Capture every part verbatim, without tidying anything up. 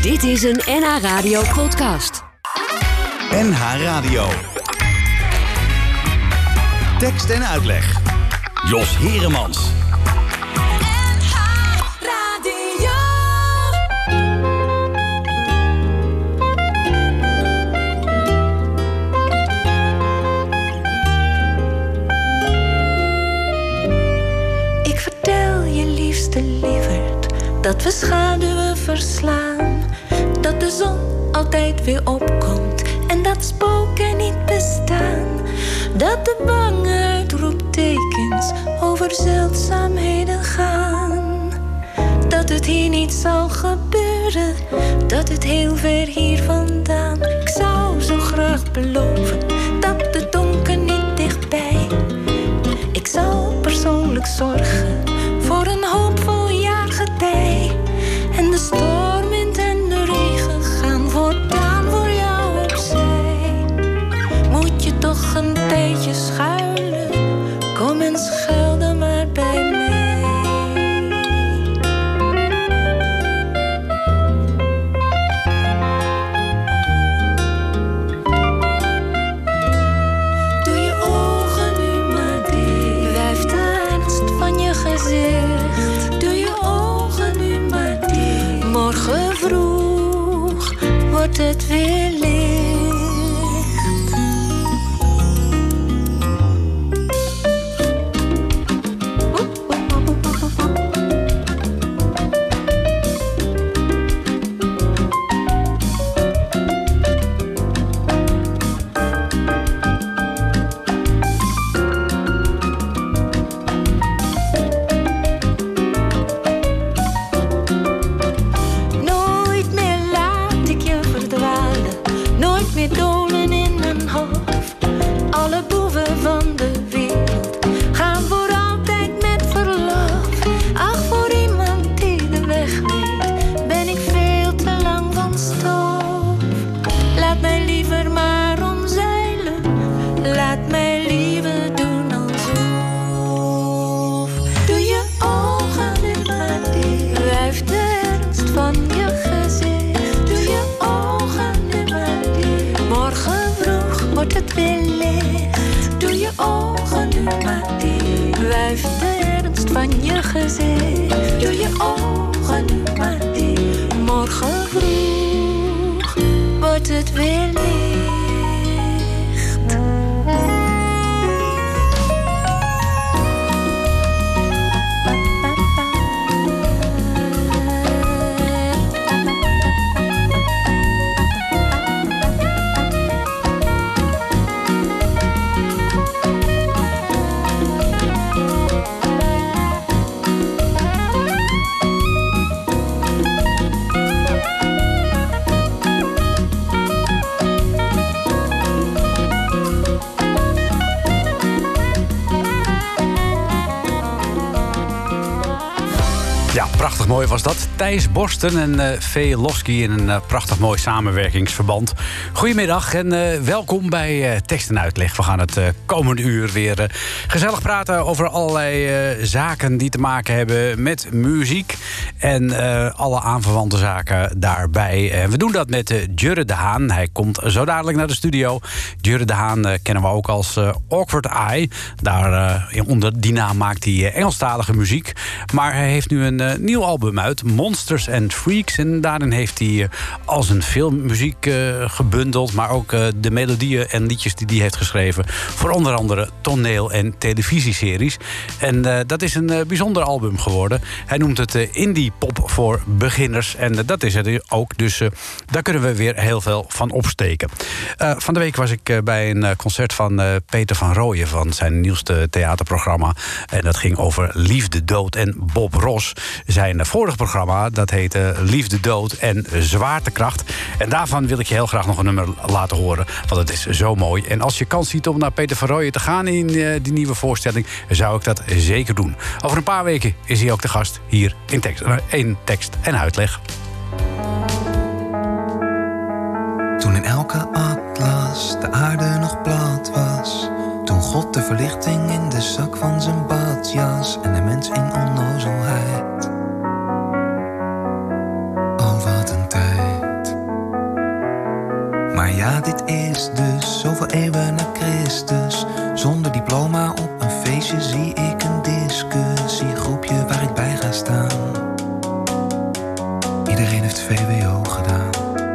Dit is een N H Radio podcast. N H Radio. Tekst en uitleg. Jos Heremans. N H Radio. Ik vertel je liefste lieverd dat we schaduwen verslaan, dat de zon altijd weer opkomt en dat spoken niet bestaan, dat de bange uitroeptekens over zeldzaamheden gaan, dat het hier niet zal gebeuren, dat het heel ver hier vandaan. Ik zou zo graag beloven dat de donker niet dichtbij. Ik zal persoonlijk zorgen voor een hoopvol jaargetij. En de stormwind en de regen gaan voortaan voor jou opzij. Moet je toch een tijdje schuilen? Kom en schuil dan maar bij mij. Doe je ogen nu maar dicht. Wuif de ernst van je gezicht. Doe je ogen nu maar dicht. Morgen vroeg wordt het weer licht. Nooit meer laat ik je verdwalen, nooit meer dolen in een hoofd. Alle boeven van de wereld gaan voor altijd met verlof. Ach, voor iemand die de weg weet, ben ik veel te lang van stof. Laat mij liever maar omzeilen, laat mij liever doen alsof. Doe je ogen nu maar dicht, wuif de ernst van je gezicht. Doe je ogen nu maar dicht, morgen vroeg wordt het weer licht. Doe je ogen nu maar dicht, wuif de ernst van je gezicht. Doe je ogen nu maar dicht, morgen vroeg wordt het weer licht. Ja, prachtig mooi was dat. Thijs Borsten en uh, Vee Losky in een uh, prachtig mooi samenwerkingsverband. Goedemiddag en uh, welkom bij uh, Tekst en Uitleg. We gaan het uh, komende uur weer uh, gezellig praten over allerlei uh, zaken die te maken hebben met muziek. En uh, alle aanverwante zaken daarbij. En we doen dat met uh, Jurre de Haan. Hij komt zo dadelijk naar de studio. Jurre de Haan uh, kennen we ook als uh, Awkward Eye. Daar uh, onder die naam maakt hij uh, Engelstalige muziek. Maar hij heeft nu een uh, nieuw album uit, Monsters and Freaks. En daarin heeft hij uh, als een filmmuziek uh, gebundeld, maar ook uh, de melodieën en liedjes die hij heeft geschreven voor onder andere toneel- en televisieseries. En uh, dat is een uh, bijzonder album geworden. Hij noemt het uh, indie pop voor beginners. En uh, dat is het ook. Dus uh, daar kunnen we weer heel veel van opsteken. Uh, van de week was ik uh, bij een uh, concert van uh, Peter van Rooyen van zijn nieuwste theaterprogramma. En dat ging over liefde, dood en Bob Ross. Zijn vorige programma, dat heette Liefde, Dood en Zwaartekracht. En daarvan wil ik je heel graag nog een nummer laten horen, want het is zo mooi. En als je kans ziet om naar Peter van Rooyen te gaan in uh, die nieuwe voorstelling, zou ik dat zeker doen. Over een paar weken is hij ook de gast hier in tekst, uh, in tekst en uitleg. Toen in elke atlas de aarde nog plat was, toen God de verlichting in de zak van zijn badjas en de mens in onnozelheid. Oh, wat een tijd. Ja, dit is dus zoveel eeuwen na Christus. Zonder diploma op een feestje zie ik een discussiegroepje waar ik bij ga staan. Iedereen heeft V W O gedaan.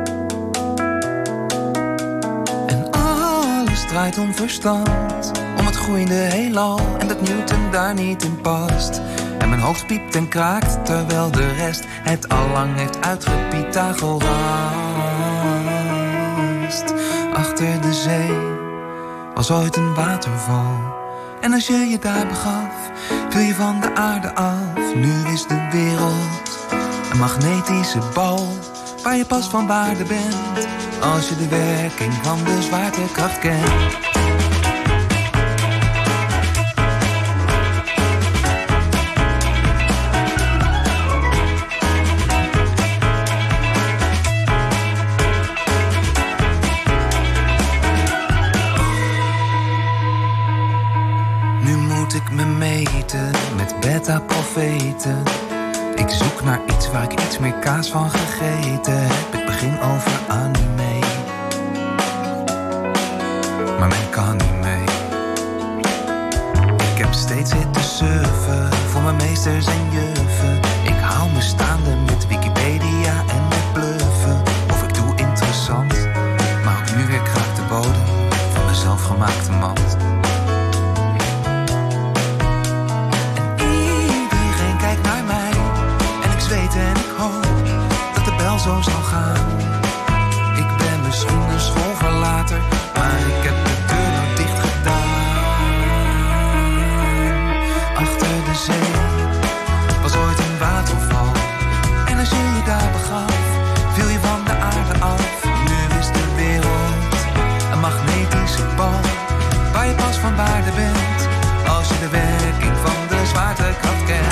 En alles draait om verstand, om het groeiende heelal en dat Newton daar niet in past. En mijn hoofd piept en kraakt terwijl de rest het allang heeft uitgepiet. Pythagoras. Achter de zee was ooit een waterval. En als je je daar begaf, viel je van de aarde af. Nu is de wereld een magnetische bal waar je pas van waarde bent als je de werking van de zwaartekracht kent. Met beta-profeten. Ik zoek naar iets waar ik iets meer kaas van gegeten heb. Ik begin over anime, maar men kan niet mee. Ik heb steeds zitten surfen voor mijn meesters en juffen. Ik hou me staande met Wikipedia en met bluffen. Of ik doe interessant, maar ook nu weer kraakt de bodem van mijn zelfgemaakte mand. En ik hoop dat de bel zo zal gaan. Ik ben misschien een schoolverlater, maar ik heb de deur nog dicht gedaan. Achter de zee was ooit een waterval. En als je je daar begaf, viel je van de aarde af. Nu is de wereld een magnetische bal waar je pas van waarde bent als je de werking van de zwaartekracht kent.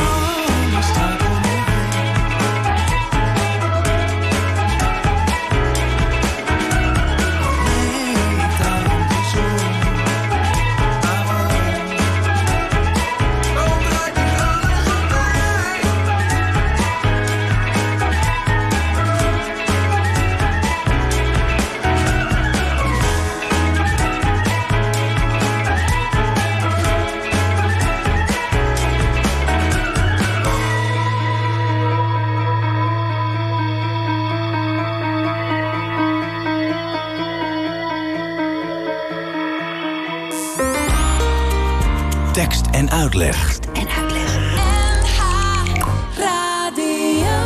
Tekst en uitleg. Tekst en uitleg. N H Radio.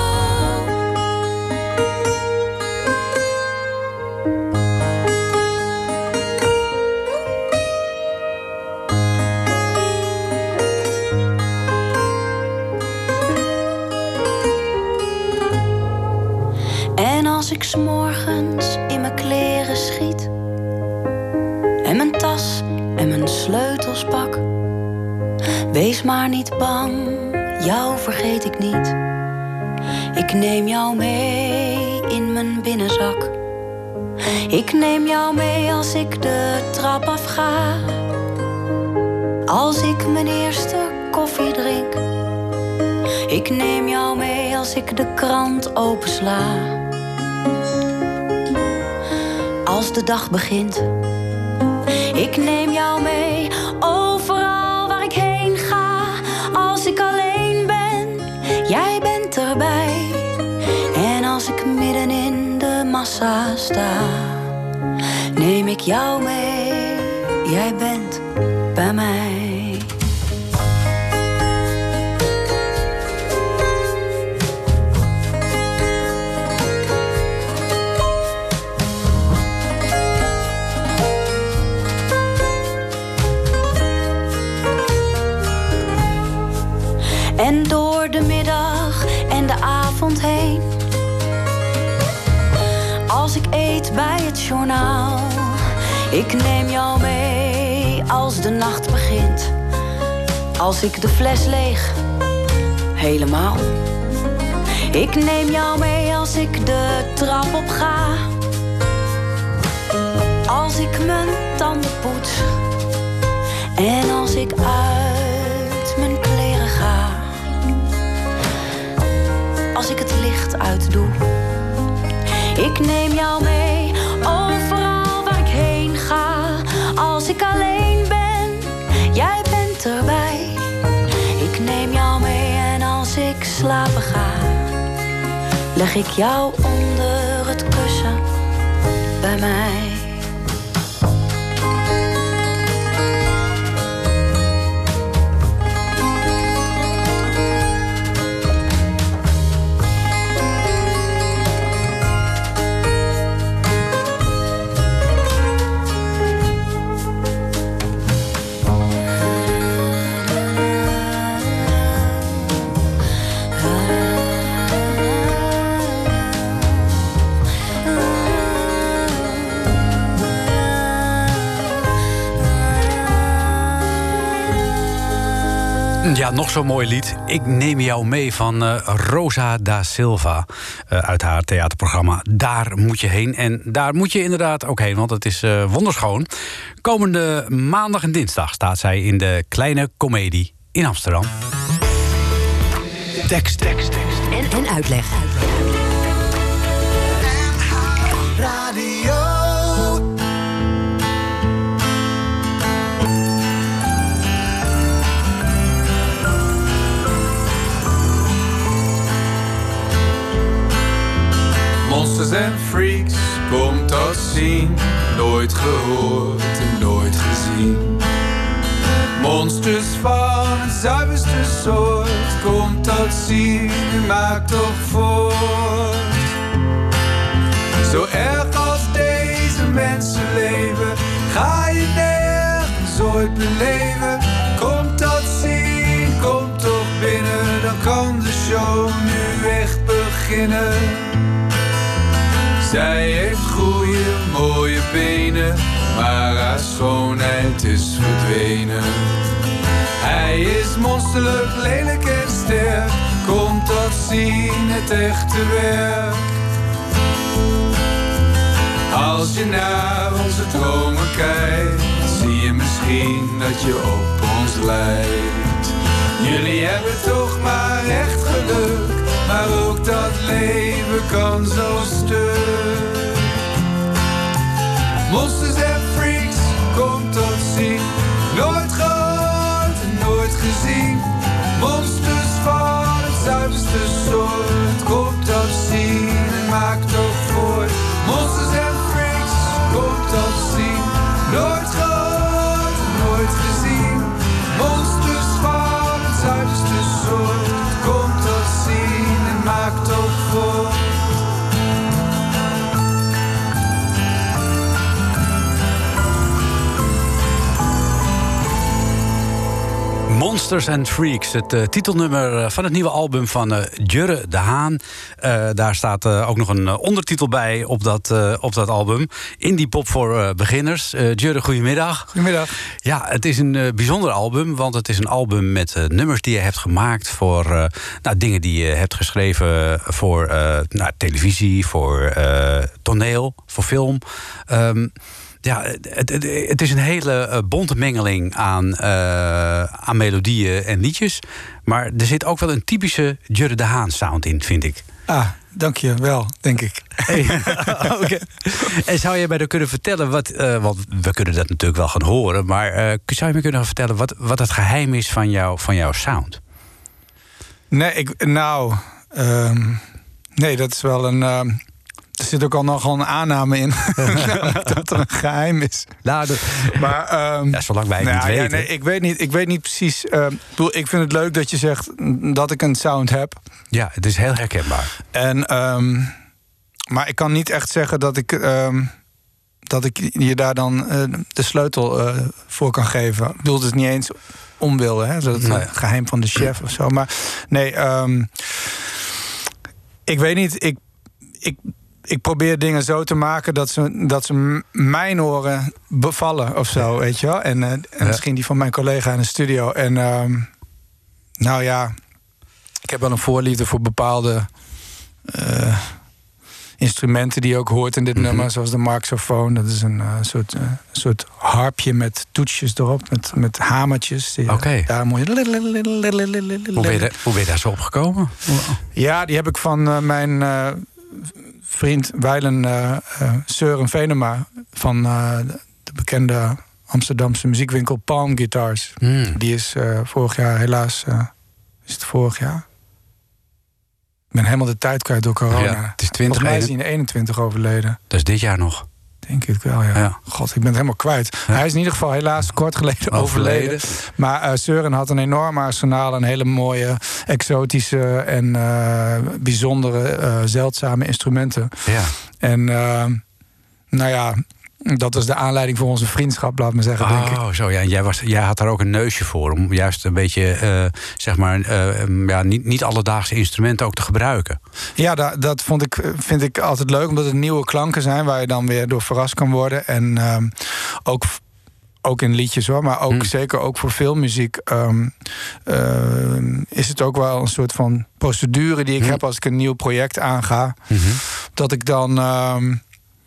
En als ik 's morgens in mijn kleren schiet en mijn tas en mijn sleutels pak, wees maar niet bang, jou vergeet ik niet. Ik neem jou mee in mijn binnenzak. Ik neem jou mee als ik de trap afga, als ik mijn eerste koffie drink. Ik neem jou mee als ik de krant opensla, als de dag begint. Ik neem jou mee overal waar ik heen ga. Als ik alleen ben, jij bent erbij. En als ik midden in de massa sta, neem ik jou mee, jij bent bij mij. En door de middag en de avond heen, als ik eet bij het journaal, ik neem jou mee als de nacht begint. Als ik de fles leeg, helemaal. Ik neem jou mee als ik de trap op ga, als ik mijn tanden poets en als ik uit mijn kleren ga. Als ik het licht uitdoe, ik neem jou mee over leg ik jou onder het kussen bij mij. Ja, nog zo'n mooi lied. Ik neem jou mee van uh, Rosa da Silva. Uh, uit haar theaterprogramma Daar moet je heen. En daar moet je inderdaad ook heen, want het is uh, wonderschoon. Komende maandag en dinsdag staat zij in de Kleine Comedie in Amsterdam. Tekst, tekst, tekst. En, en uitleg. Radio. Monsters en freaks, komt tot zien. Nooit gehoord en nooit gezien. Monsters van het zuiverste soort, komt tot zien en maakt toch voort. Zo erg als deze mensen leven, ga je nergens ooit beleven. Komt tot zien, kom toch binnen, dan kan de show nu echt beginnen. Zij heeft goede, mooie benen, maar haar schoonheid is verdwenen. Hij is monsterlijk, lelijk en sterk, komt tot zien het echte werk. Als je naar onze dromen kijkt, zie je misschien dat je op ons lijkt. Jullie hebben toch maar echt geluk, maar ook dat leven kan zo stuk. Monsters en freaks, komt tot zien. Nooit gehoord en nooit gezien. Monsters van het zuiverste soort, komt tot zien en maakt toch voort. Monsters en freaks, komt tot zien. Nooit gehoord en nooit gezien. Monsters van het zuiverste soort, komt tot zien en maakt toch voort. Monsters and Freaks, het uh, titelnummer van het nieuwe album van uh, Jurre de Haan. Uh, daar staat uh, ook nog een uh, ondertitel bij op dat, uh, op dat album. Indie pop voor uh, beginners. Uh, Jurre, goedemiddag. Goedemiddag. Ja, het is een uh, bijzonder album, want het is een album met uh, nummers die je hebt gemaakt voor uh, nou, dingen die je hebt geschreven voor uh, nou, televisie, voor uh, toneel, voor film. Um, Ja, het, het, het is een hele uh, bonte mengeling aan, uh, aan melodieën en liedjes. Maar er zit ook wel een typische Jurre de Haan sound in, vind ik. Ah, dank je wel, denk ik. Hey. Okay. En zou je mij dan kunnen vertellen, wat, uh, want we kunnen dat natuurlijk wel gaan horen... maar uh, zou je me kunnen vertellen wat, wat het geheim is van, jou, van jouw sound? Nee, ik, nou... Um, nee, dat is wel een... Um, Er zit ook al nogal een aanname in dat er een geheim is. Nou, de, maar um, ja, zolang wij het nou, niet ja, weten. Nee, ik weet niet, ik weet niet precies. Uh, ik vind het leuk dat je zegt dat ik een sound heb. Ja, het is heel herkenbaar. En, um, maar ik kan niet echt zeggen dat ik, um, dat ik je daar dan uh, de sleutel uh, voor kan geven. Ik bedoel, het is niet eens onwil, hè? Dat het nee. geheim van de chef of zo. Maar nee, um, ik weet niet. Ik, ik Ik probeer dingen zo te maken dat ze, dat ze mijn oren bevallen of zo, weet je wel. En, uh, en ja. misschien die van mijn collega in de studio. En um, nou ja, ik heb wel een voorliefde voor bepaalde uh, instrumenten die je ook hoort in dit mm-hmm. nummer. Zoals de marxofoon. Dat is een uh, soort, uh, soort harpje met toetsjes erop, met, met hamertjes. Oké. Okay. Daar moet je... Hoe ben je daar, hoe ben je daar zo opgekomen? Ja, die heb ik van uh, mijn... Uh, vriend Weilen uh, uh, Søren Venema van uh, de bekende Amsterdamse muziekwinkel Palm Guitars. Mm. Die is uh, vorig jaar helaas... Uh, is het vorig jaar? ben helemaal de tijd kwijt door corona. Ja, het is twintig, Volgens mij is hij in eenentwintig overleden. Dat is dit jaar nog. Denk ik wel, ja. Ja. God, ik ben het helemaal kwijt. Ja. Hij is in ieder geval helaas kort geleden overleden. overleden. Maar uh, Søren had een enorm arsenaal. Een hele mooie, exotische en uh, bijzondere, uh, zeldzame instrumenten. Ja. En uh, nou ja, dat was de aanleiding voor onze vriendschap, laat me zeggen, denk ik. Oh, zo ja. En jij, was, jij had daar ook een neusje voor. Om juist een beetje, uh, zeg maar, uh, ja, niet, niet alledaagse instrumenten ook te gebruiken. Ja, dat, dat vond ik, vind ik altijd leuk. Omdat het nieuwe klanken zijn waar je dan weer door verrast kan worden. En um, ook... Ook in liedjes hoor, maar ook hmm. zeker ook voor filmmuziek um, uh, is het ook wel een soort van procedure die ik hmm. heb als ik een nieuw project aanga. Mm-hmm. Dat ik dan um,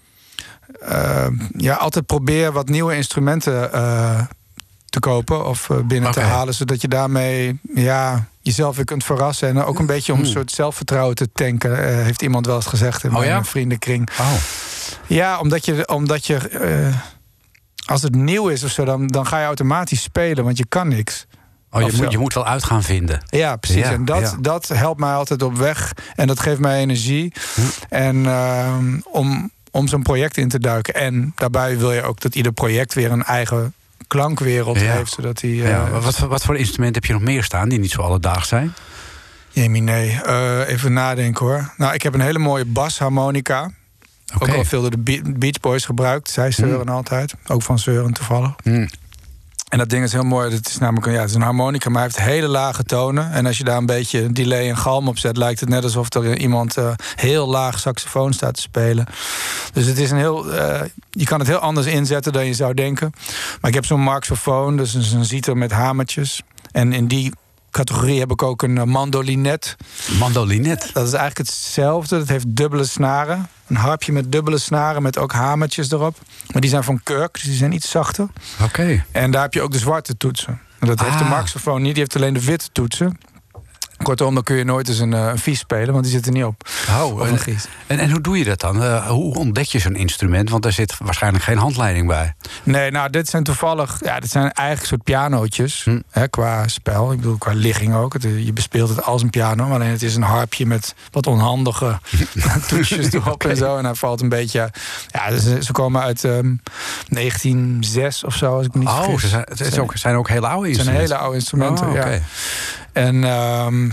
uh, ja, altijd probeer wat nieuwe instrumenten uh, te kopen of uh, binnen okay. te halen, zodat je daarmee ja, jezelf weer kunt verrassen. En ook een beetje om een soort zelfvertrouwen te tanken, uh, heeft iemand wel eens gezegd in oh, mijn ja? vriendenkring. Oh. Ja, omdat je, omdat je uh, als het nieuw is of zo, dan, dan ga je automatisch spelen, want je kan niks. Oh, je, moet, je moet wel uit gaan vinden. Ja, precies. Ja, en dat, ja. dat helpt mij altijd op weg. En dat geeft mij energie. Hm. En uh, om, om zo'n project in te duiken. En daarbij wil je ook dat ieder project weer een eigen klankwereld ja. heeft. Zodat die, uh, ja, wat, wat voor instrumenten heb je nog meer staan die niet zo alledaags zijn? Jemie, nee. Uh, even nadenken hoor. Nou, ik heb een hele mooie basharmonica. Okay. Ook al veel door de Beach Boys gebruikt. Zij Søren mm. altijd. Ook van Søren toevallig. Mm. En dat ding is heel mooi. Het is namelijk een, ja, het is een harmonica, maar hij heeft hele lage tonen. En als je daar een beetje delay en galm op zet, lijkt het net alsof er iemand uh, heel laag saxofoon staat te spelen. Dus het is een heel. Uh, je kan het heel anders inzetten dan je zou denken. Maar ik heb zo'n Marxofoon, dus een zither met hamertjes. En in die categorie heb ik ook een uh, mandolinet. Mandolinet? Dat is eigenlijk hetzelfde. Het heeft dubbele snaren. Een harpje met dubbele snaren met ook hamertjes erop. Maar die zijn van Kirk, dus die zijn iets zachter. Oké. Okay. En daar heb je ook de zwarte toetsen. En dat ah. heeft de Marxofoon niet, die heeft alleen de witte toetsen. Kortom, dan kun je nooit eens een, uh, een vies spelen, want die zit er niet op. Oh, en, en, en hoe doe je dat dan? Uh, hoe ontdek je zo'n instrument? Want daar zit waarschijnlijk geen handleiding bij. Nee, nou, dit zijn toevallig... Ja, dit zijn eigenlijk soort pianootjes, hm. hè, qua spel. Ik bedoel, qua ligging ook. Het, je bespeelt het als een piano, alleen het is een harpje met wat onhandige toetsjes erop okay. en zo. En hij valt een beetje... Ja, dus, ze komen uit um, negentien zes of zo, als ik me niet vergis. Oh, ze zijn, het is ook, zijn ook hele oude instrumenten? Het zijn hele oude instrumenten, oh, okay. ja. En um,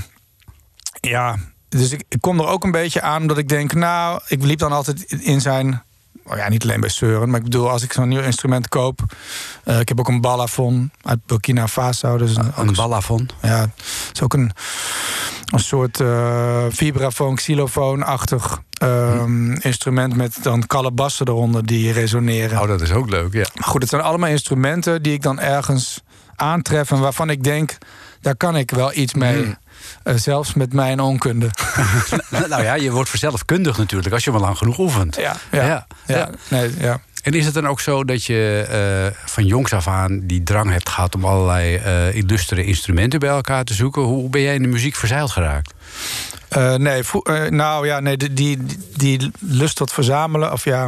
ja, dus ik, ik kom er ook een beetje aan omdat ik denk, nou, ik liep dan altijd in zijn... Oh ja, niet alleen bij Søren, maar ik bedoel, als ik zo'n nieuw instrument koop... Uh, ik heb ook een balafon uit Burkina Faso. Dus een, een balafon? Ja, het is ook een, een soort uh, vibrafoon, xylofoon-achtig um, hm. instrument... met dan kalebassen eronder die resoneren. Oh, dat is ook leuk, ja. Maar goed, het zijn allemaal instrumenten die ik dan ergens aantref... en waarvan ik denk, daar kan ik wel iets mee... Hm. Uh, zelfs met mijn onkunde. Nou ja, je wordt vanzelf kundig natuurlijk... als je maar lang genoeg oefent. Ja, ja, ja. ja, ja. Nee, ja. En is het dan ook zo dat je uh, van jongs af aan... die drang hebt gehad om allerlei uh, illustere instrumenten bij elkaar te zoeken? Hoe ben jij in de muziek verzeild geraakt? Uh, nee, vo- uh, nou ja, nee, die, die, die lust tot verzamelen... of ja,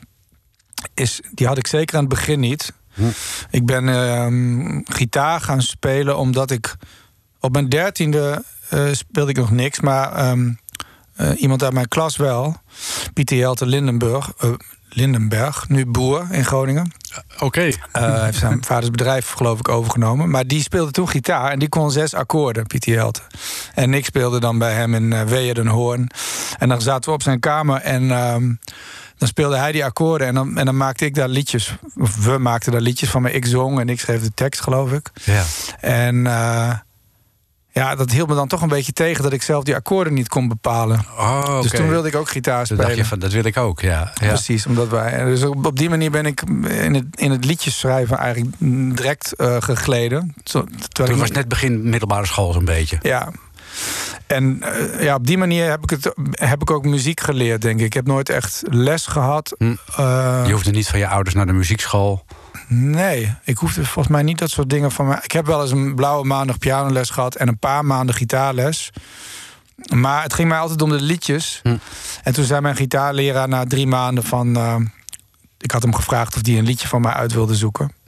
is, die had ik zeker aan het begin niet. Hm. Ik ben uh, gitaar gaan spelen omdat ik... Op mijn dertiende uh, speelde ik nog niks, maar um, uh, iemand uit mijn klas wel. Pieter Jelte Lindenburg, uh, Lindenberg, nu boer in Groningen. Oké. Okay. Uh, heeft zijn vaders bedrijf, geloof ik, overgenomen. Maar die speelde toen gitaar en die kon zes akkoorden, Pieter Jelte. En ik speelde dan bij hem in uh, Wehe den Hoorn. En dan zaten we op zijn kamer en... Um, dan speelde hij die akkoorden en dan, en dan maakte ik daar liedjes. Of we maakten daar liedjes van, maar ik zong en ik schreef de tekst, geloof ik. Ja. En... Uh, Ja, dat hield me dan toch een beetje tegen dat ik zelf die akkoorden niet kon bepalen. Oh, okay. Dus toen wilde ik ook gitaar spelen. Dacht je van, dat wil ik ook, ja. ja. Precies, omdat wij. Dus op, op die manier ben ik in het, in het liedjes schrijven eigenlijk direct uh, gegleden. Zo, toen ik was net begin middelbare school zo'n beetje. Ja. En uh, ja, op die manier heb ik, het, heb ik ook muziek geleerd, denk ik. Ik heb nooit echt les gehad. Hm. Uh, je hoefde niet van je ouders naar de muziekschool. Nee, ik hoefde volgens mij niet dat soort dingen van mij. Ik heb wel eens een blauwe maandag pianoles gehad en een paar maanden gitaarles. Maar het ging mij altijd om de liedjes. Hm. En toen zei mijn gitaarleraar na drie maanden van... Uh, ik had hem gevraagd of hij een liedje van mij uit wilde zoeken.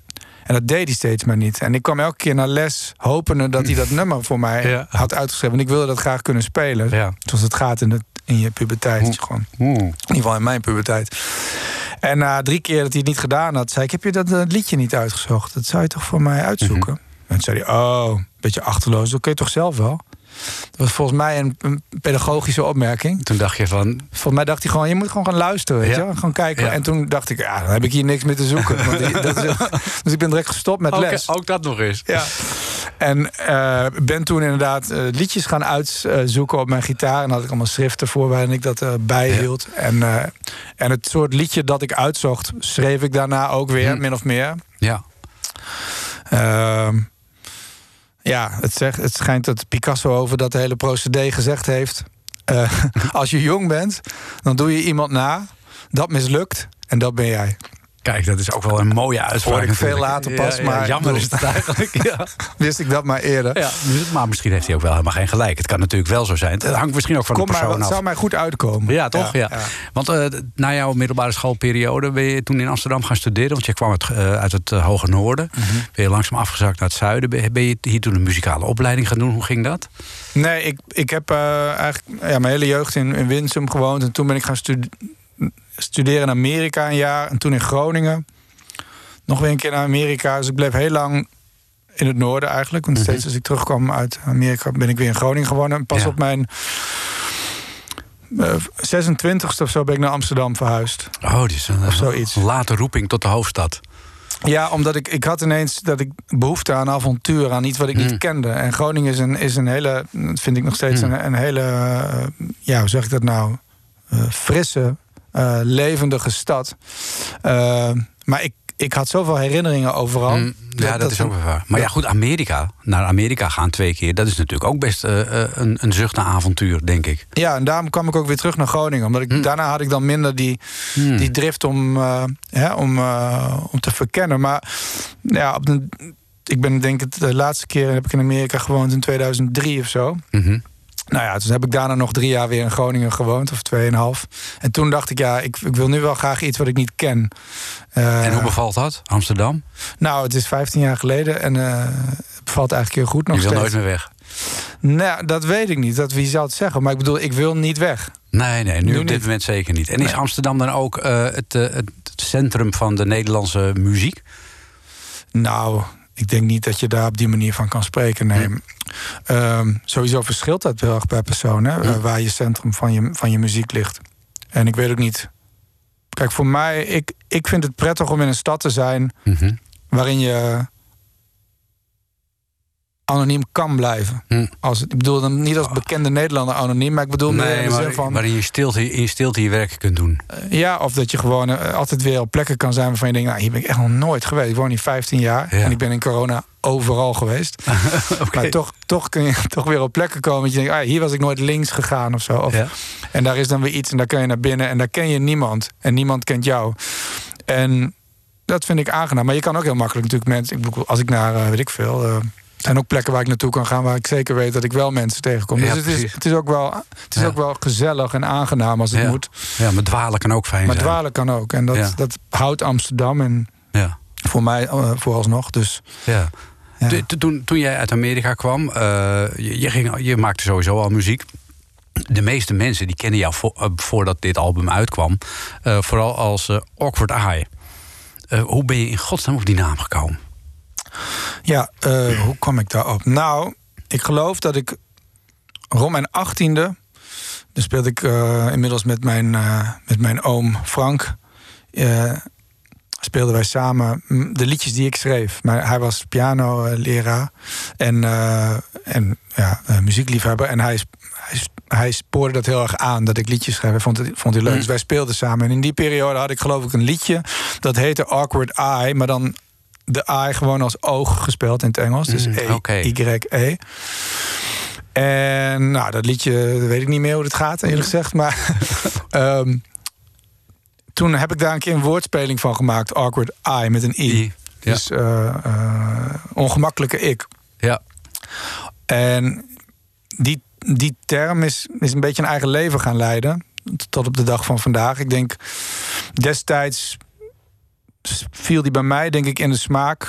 En dat deed hij steeds maar niet. En ik kwam elke keer naar les hopende dat hij dat nummer voor mij Ja. had uitgeschreven. En ik wilde dat graag kunnen spelen. Ja. Zoals het gaat in, het, in je puberteit. Dat je gewoon, in ieder geval in mijn puberteit. En na drie keer dat hij het niet gedaan had, zei ik: heb je dat uh, liedje niet uitgezocht? Dat zou je toch voor mij uitzoeken? Mm-hmm. En toen zei hij: oh, een beetje achterloos. Dat kun je toch zelf wel? Dat was volgens mij een, een pedagogische opmerking. Toen dacht je van... Volgens mij dacht hij gewoon: je moet gewoon gaan luisteren, weet Ja. je wel? Gewoon kijken. Ja. En toen dacht ik: ja, dan heb ik hier niks meer te zoeken. Want die- dat is, dus ik ben direct gestopt met Ook, les. ook dat nog eens. Ja. En uh, ben toen inderdaad uh, liedjes gaan uitzoeken op mijn gitaar. En had ik allemaal schriften voor waarin ik dat uh, bijhield. Ja. En, uh, en het soort liedje dat ik uitzocht, schreef ik daarna ook weer, hm. min of meer. Ja. Uh, ja, het, zegt, het schijnt dat Picasso over dat hele procedé gezegd heeft: Uh, als je jong bent, dan doe je iemand na. Dat mislukt en dat ben jij. Kijk, dat is ook wel een mooie uitspraak. Hoor ik veel natuurlijk. later pas, Ja, ja, maar jammer is het eigenlijk. Ja. Wist ik dat maar eerder. Ja, maar misschien heeft hij ook wel helemaal geen gelijk. Het kan natuurlijk wel zo zijn. Het hangt misschien ook van Kom de persoon maar, af. Het zou mij goed uitkomen. Ja, toch? Ja, Ja, ja. Want uh, na jouw middelbare schoolperiode ben je toen in Amsterdam gaan studeren. Want je kwam uit, uh, uit het uh, Hoge Noorden. Mm-hmm. Ben je langzaam afgezakt naar het zuiden. Ben, ben je hier toen een muzikale opleiding gaan doen? Hoe ging dat? Nee, ik, ik heb uh, eigenlijk ja, mijn hele jeugd in, in Winsum gewoond. En toen ben ik gaan stude- studeren in Amerika een jaar. En toen in Groningen. Nog weer een keer naar Amerika. Dus ik bleef heel lang in het noorden eigenlijk. Want steeds als ik terugkwam uit Amerika ben ik weer in Groningen gewoond. En pas Ja. op mijn uh, zesentwintigste of zo ben ik naar Amsterdam verhuisd. Oh, dit is een, Of zoiets. een late roeping tot de hoofdstad. Ja, omdat ik, ik had ineens dat ik behoefte aan avontuur, aan iets wat ik Mm. niet kende. En Groningen is een, is een hele, dat vind ik nog steeds Mm. een, een hele, uh, ja, hoe zeg ik dat nou? Uh, frisse, uh, levendige stad. Uh, maar ik, ik had zoveel herinneringen overal. Mm, ja, dat, dat is ook wel waar. Maar ja, goed, Amerika, naar Amerika gaan twee keer, dat is natuurlijk ook best uh, een, een zucht naar avontuur, denk ik. Ja, en daarom kwam ik ook weer terug naar Groningen. Omdat ik, Mm. daarna had ik dan minder die, Mm. die drift om, uh, ja, om, uh, om te verkennen. Maar ja, op de, ik ben denk ik de laatste keer heb ik in Amerika gewoond in tweeduizend drie of zo. Mm-hmm. Nou ja, toen heb ik daarna nog drie jaar weer in Groningen gewoond, of tweeënhalf. En toen dacht ik, ja, ik, ik wil nu wel graag iets wat ik niet ken. Uh, En hoe bevalt dat, Amsterdam? Nou, het is vijftien jaar geleden en uh, het bevalt eigenlijk heel goed nog Je wil steeds. nooit meer weg? Nou, dat weet ik niet, dat, wie zou het zeggen. Maar ik bedoel, ik wil niet weg. Nee, nee, nu, Nu op dit niet. moment zeker niet. En is Nee. Amsterdam dan ook uh, het, uh, het centrum van de Nederlandse muziek? Nou, ik denk niet dat je daar op die manier van kan spreken. Nee. Hm. Um, sowieso verschilt dat heel erg per persoon, hè, Hm. waar je centrum van je, van je muziek ligt. En ik weet ook niet. Kijk, voor mij, ik, ik vind het prettig om in een stad te zijn Mm-hmm. waarin je anoniem kan blijven. Hm. Als, ik bedoel dan niet als bekende Nederlander anoniem, maar ik bedoel meer in Nee, de zin maar, van... waarin je stilte, in je stilte je werk kunt doen. Ja, of dat je gewoon uh, altijd weer op plekken kan zijn waarvan je denkt, nou, hier ben ik echt nog nooit geweest. Ik woon hier vijftien jaar Ja. en ik ben in corona overal geweest. Okay. Maar toch, toch kun je toch weer op plekken komen dat je denkt, ah, hier was ik nooit links gegaan of zo. Of, Ja. En daar is dan weer iets en daar kun je naar binnen en daar ken je niemand. En niemand kent jou. En dat vind ik aangenaam. Maar je kan ook heel makkelijk natuurlijk mensen... Ik bedoel, als ik naar, uh, weet ik veel... Uh, er zijn ook plekken waar ik naartoe kan gaan waar ik zeker weet dat ik wel mensen tegenkom. Ja, dus het is, precies. het is, ook, wel, het is Ja. ook wel gezellig en aangenaam als het Ja. moet. Ja, maar dwalen kan ook fijn Maar zijn. dwalen kan ook. En dat, Ja. dat houdt Amsterdam en Ja. voor mij uh, vooralsnog. Dus Ja. ja. Toen, toen, toen jij uit Amerika kwam, uh, je, je, ging, je maakte sowieso al muziek. De meeste mensen die kennen jou vo, uh, voordat dit album uitkwam. Uh, vooral als uh, Awkward Eye. Uh, hoe ben je in godsnaam op die naam gekomen? Ja, uh, hoe kwam ik daarop? Nou, ik geloof dat ik rond mijn achttiende... dus speelde ik uh, inmiddels met mijn, uh, met mijn oom Frank... Uh, speelden wij samen de liedjes die ik schreef. Maar hij was pianoleraar en, uh, en ja, uh, muziekliefhebber. En hij, hij, hij spoorde dat heel erg aan, dat ik liedjes schreef. Hij vond, het, vond hij leuk, Mm. dus wij speelden samen. En in die periode had ik geloof ik een liedje... dat heette Awkward Eye, maar dan de I gewoon als oog gespeeld in het Engels. Dus Mm, E, okay. Y, E. En nou, dat liedje, weet ik niet meer hoe het gaat, eerlijk gezegd. Maar um, toen heb ik daar een keer een woordspeling van gemaakt. Awkward I, met een I. I, ja. Dus uh, uh, ongemakkelijke ik. Ja. En die, die term is, is een beetje een eigen leven gaan leiden. Tot op de dag van vandaag. Ik denk, destijds viel die bij mij denk ik in de smaak...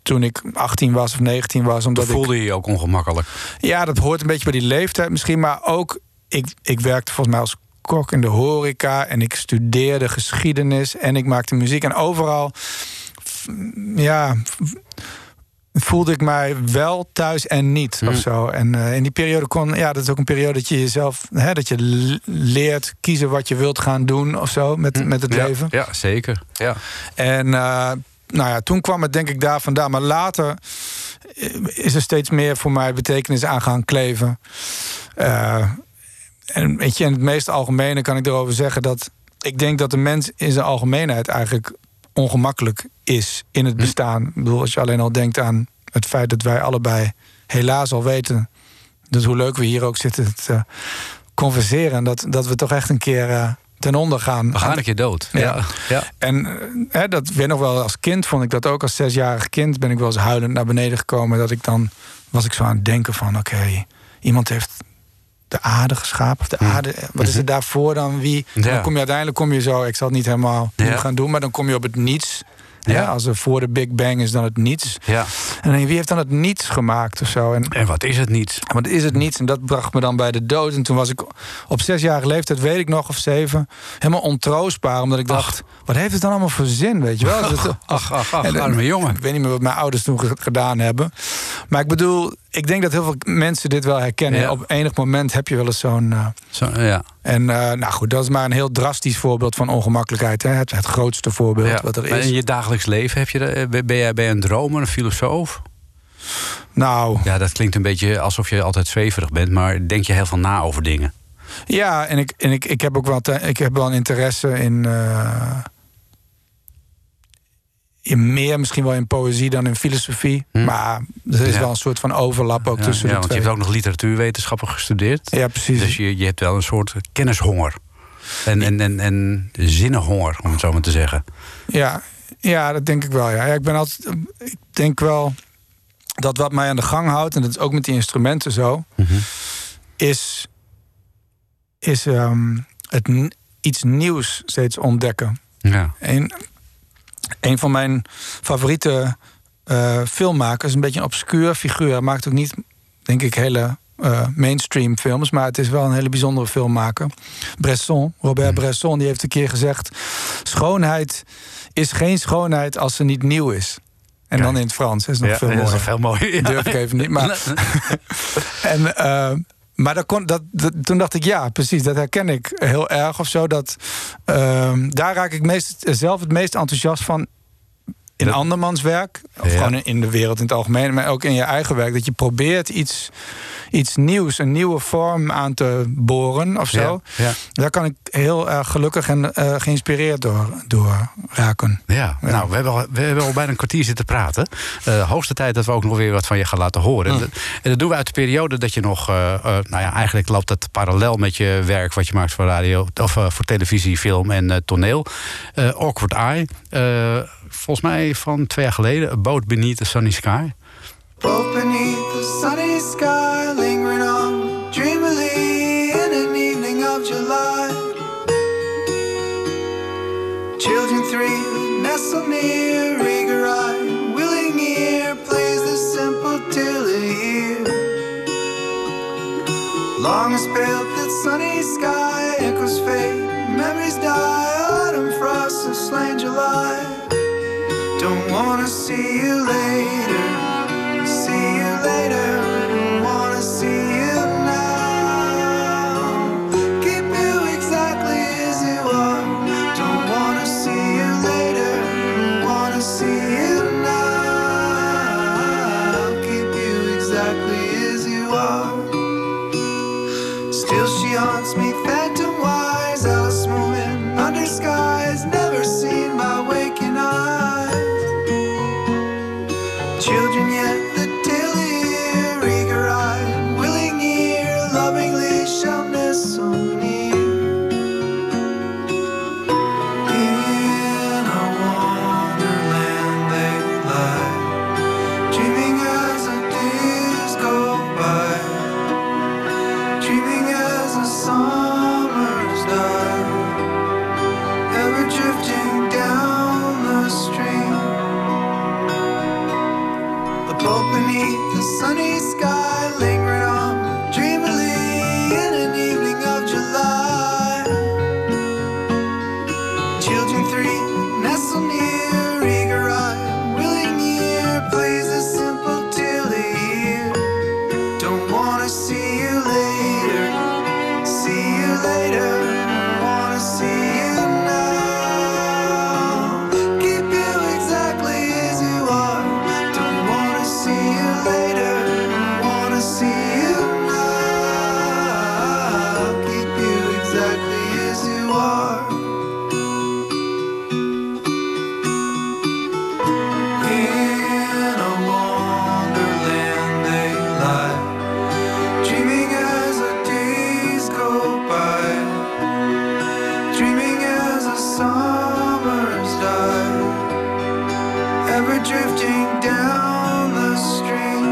toen ik achttien was of negentien was. Omdat Toen voelde ik, je je ook ongemakkelijk. Ja, dat hoort een beetje bij die leeftijd misschien. Maar ook, ik, ik werkte volgens mij als kok in de horeca. En ik studeerde geschiedenis. En ik maakte muziek. En overal, ja, voelde ik mij wel thuis en niet. Hmm. Of zo. En uh, in die periode kon, ja, dat is ook een periode dat je jezelf, hè, dat je leert kiezen wat je wilt gaan doen of zo met, met het ja, leven. Ja, zeker. Ja. En uh, nou ja, toen kwam het denk ik daar vandaan. Maar later is er steeds meer voor mij betekenis aan gaan kleven. Uh, en weet je, in het meest algemene kan ik erover zeggen dat ik denk dat de mens in zijn algemeenheid eigenlijk ongemakkelijk is in het bestaan. Ik bedoel, als je alleen al denkt aan het feit dat wij allebei helaas al weten, dus hoe leuk we hier ook zitten te converseren, dat, dat we toch echt een keer uh, ten onder gaan. We gaan een keer dood. Ja. Ja. Ja. En uh, hè, dat weet nog wel, als kind vond ik dat ook. Als zesjarig kind ben ik wel eens huilend naar beneden gekomen. Dat ik dan, was ik zo aan het denken van, oké, okay, iemand heeft de aarde geschapen. Of de aarde, wat is er daarvoor dan? Wie? Ja. Dan kom je uiteindelijk kom je zo, ik zal het niet helemaal Ja. gaan doen, maar dan kom je op het niets. Ja. Ja, als er voor de Big Bang is dan het niets. Ja. En dan denk je, wie heeft dan het niets gemaakt of zo? En, En wat is het niet? wat is het niets? En dat bracht me dan bij de dood. En toen was ik op zesjarige leeftijd, weet ik nog, of zeven, helemaal ontroostbaar. Omdat ik dacht, ach, wat heeft het dan allemaal voor zin, weet je wel? Ach, ach, ach, ach, en, arme jongen. Ik weet niet meer wat mijn ouders toen gedaan hebben. Maar ik bedoel, ik denk dat heel veel mensen dit wel herkennen. Ja. Op enig moment heb je wel eens zo'n... Uh, Zo, ja. En uh, nou goed, dat is maar een heel drastisch voorbeeld van ongemakkelijkheid. Hè? Het, het grootste voorbeeld Ja. wat er Maar is. in je dagelijks leven, heb je de, ben, jij, ben je een dromer, een filosoof? Nou, Ja, dat klinkt een beetje alsof je altijd zweverig bent, maar denk je heel veel na over dingen? ja, en ik, en ik, ik heb ook wel, te- ik heb wel een interesse in... Uh, in meer, misschien wel in poëzie dan in filosofie. Hm. Maar er is Ja. wel een soort van overlap ook Ja, tussen ja, de want twee. je hebt ook nog literatuurwetenschappen gestudeerd. Ja, precies. Dus je, je hebt wel een soort kennishonger. En, en, en, en zinnenhonger, om het zo maar te zeggen. Ja, ja, dat denk ik wel. Ja. Ja, ik ben altijd, ik denk wel dat wat mij aan de gang houdt, en dat is ook met die instrumenten zo, Mm-hmm. is, is um, het n- iets nieuws steeds ontdekken. Ja. Een, een van mijn favoriete uh, filmmakers, een beetje een obscuur figuur, hij maakt ook niet, denk ik, hele uh, mainstream films, maar het is wel een hele bijzondere filmmaker. Bresson, Robert Mm. Bresson, die heeft een keer gezegd: schoonheid is geen schoonheid als ze niet nieuw is. En Kijk. dan in het Frans, is nog Ja, veel dat is mooier. nog veel mooier. Ja. Durf ik even niet. Maar, en, uh, maar dat kon, dat, dat, toen dacht ik, ja, precies, dat herken ik heel erg of zo. Dat, uh, daar raak ik meest, zelf het meest enthousiast van in Dat- andermans werk. Of Ja. gewoon in de wereld in het algemeen, maar ook in je eigen werk. Dat je probeert iets, iets nieuws, een nieuwe vorm aan te boren of zo. Ja, ja. Daar kan ik heel erg gelukkig en uh, geïnspireerd door, door raken. Ja, nou, we hebben, al, we hebben al bijna een kwartier zitten praten. Uh, hoogste tijd dat we ook nog weer wat van je gaan laten horen. Mm. En, dat, en dat doen we uit de periode dat je nog... Uh, uh, nou ja, eigenlijk loopt dat parallel met je werk wat je maakt voor radio... of uh, voor televisie, film en uh, toneel. Uh, Awkward Eye. Uh, volgens mij van twee jaar geleden. A Boat Beneath the Sunny Sky. Boat beneath the sunny sky, lingering on dreamily in an evening of July. Children three nestle near, eager-eyed, willing ear plays the simple tiller here. Long as pale that sunny sky echoes fade, memories die, autumn frosts have slain July. Don't wanna see you later. See you later, wanna see you now. Keep you exactly as you are. Don't wanna see you later, wanna see you now. Keep you exactly as you are. Still she haunts me phantom-wise, Alice moving under skies never seen by waking eyes. drifting down the stream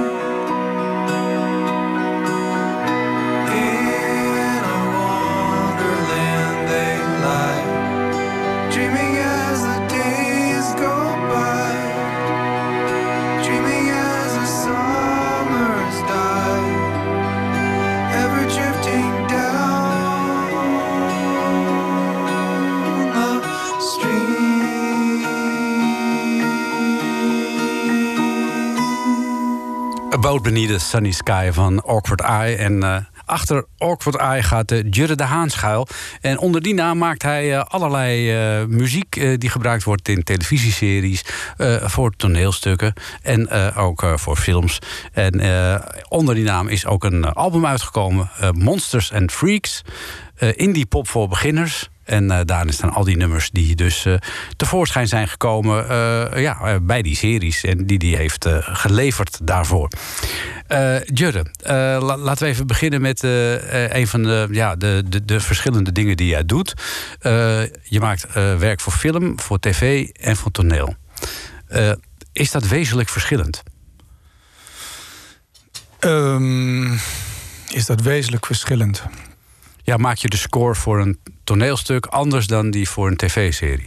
in a wonderland they lie, dreaming as the days go by, dreaming as the summers die, ever drifting down the stream. A Boat Beneath the Sunny Sky van Awkward Eye. En uh, achter Awkward Eye gaat uh, Jurre de Haan schuil. En onder die naam maakt hij uh, allerlei uh, muziek uh, die gebruikt wordt in televisieseries, uh, voor toneelstukken en uh, ook uh, voor films. En uh, onder die naam is ook een uh, album uitgekomen, uh, Monsters and Freaks. Uh, indie pop voor beginners. En uh, daarin staan al die nummers die dus uh, tevoorschijn zijn gekomen uh, ja, uh, bij die series. En die die heeft uh, geleverd daarvoor. Uh, Jurre, uh, la, laten we even beginnen met uh, uh, een van de, ja, de, de, de verschillende dingen die jij doet. Uh, je maakt uh, werk voor film, voor tv en voor toneel. Uh, is dat wezenlijk verschillend? Um, is dat wezenlijk verschillend? Ja, maak je de score voor een toneelstuk anders dan die voor een tv-serie?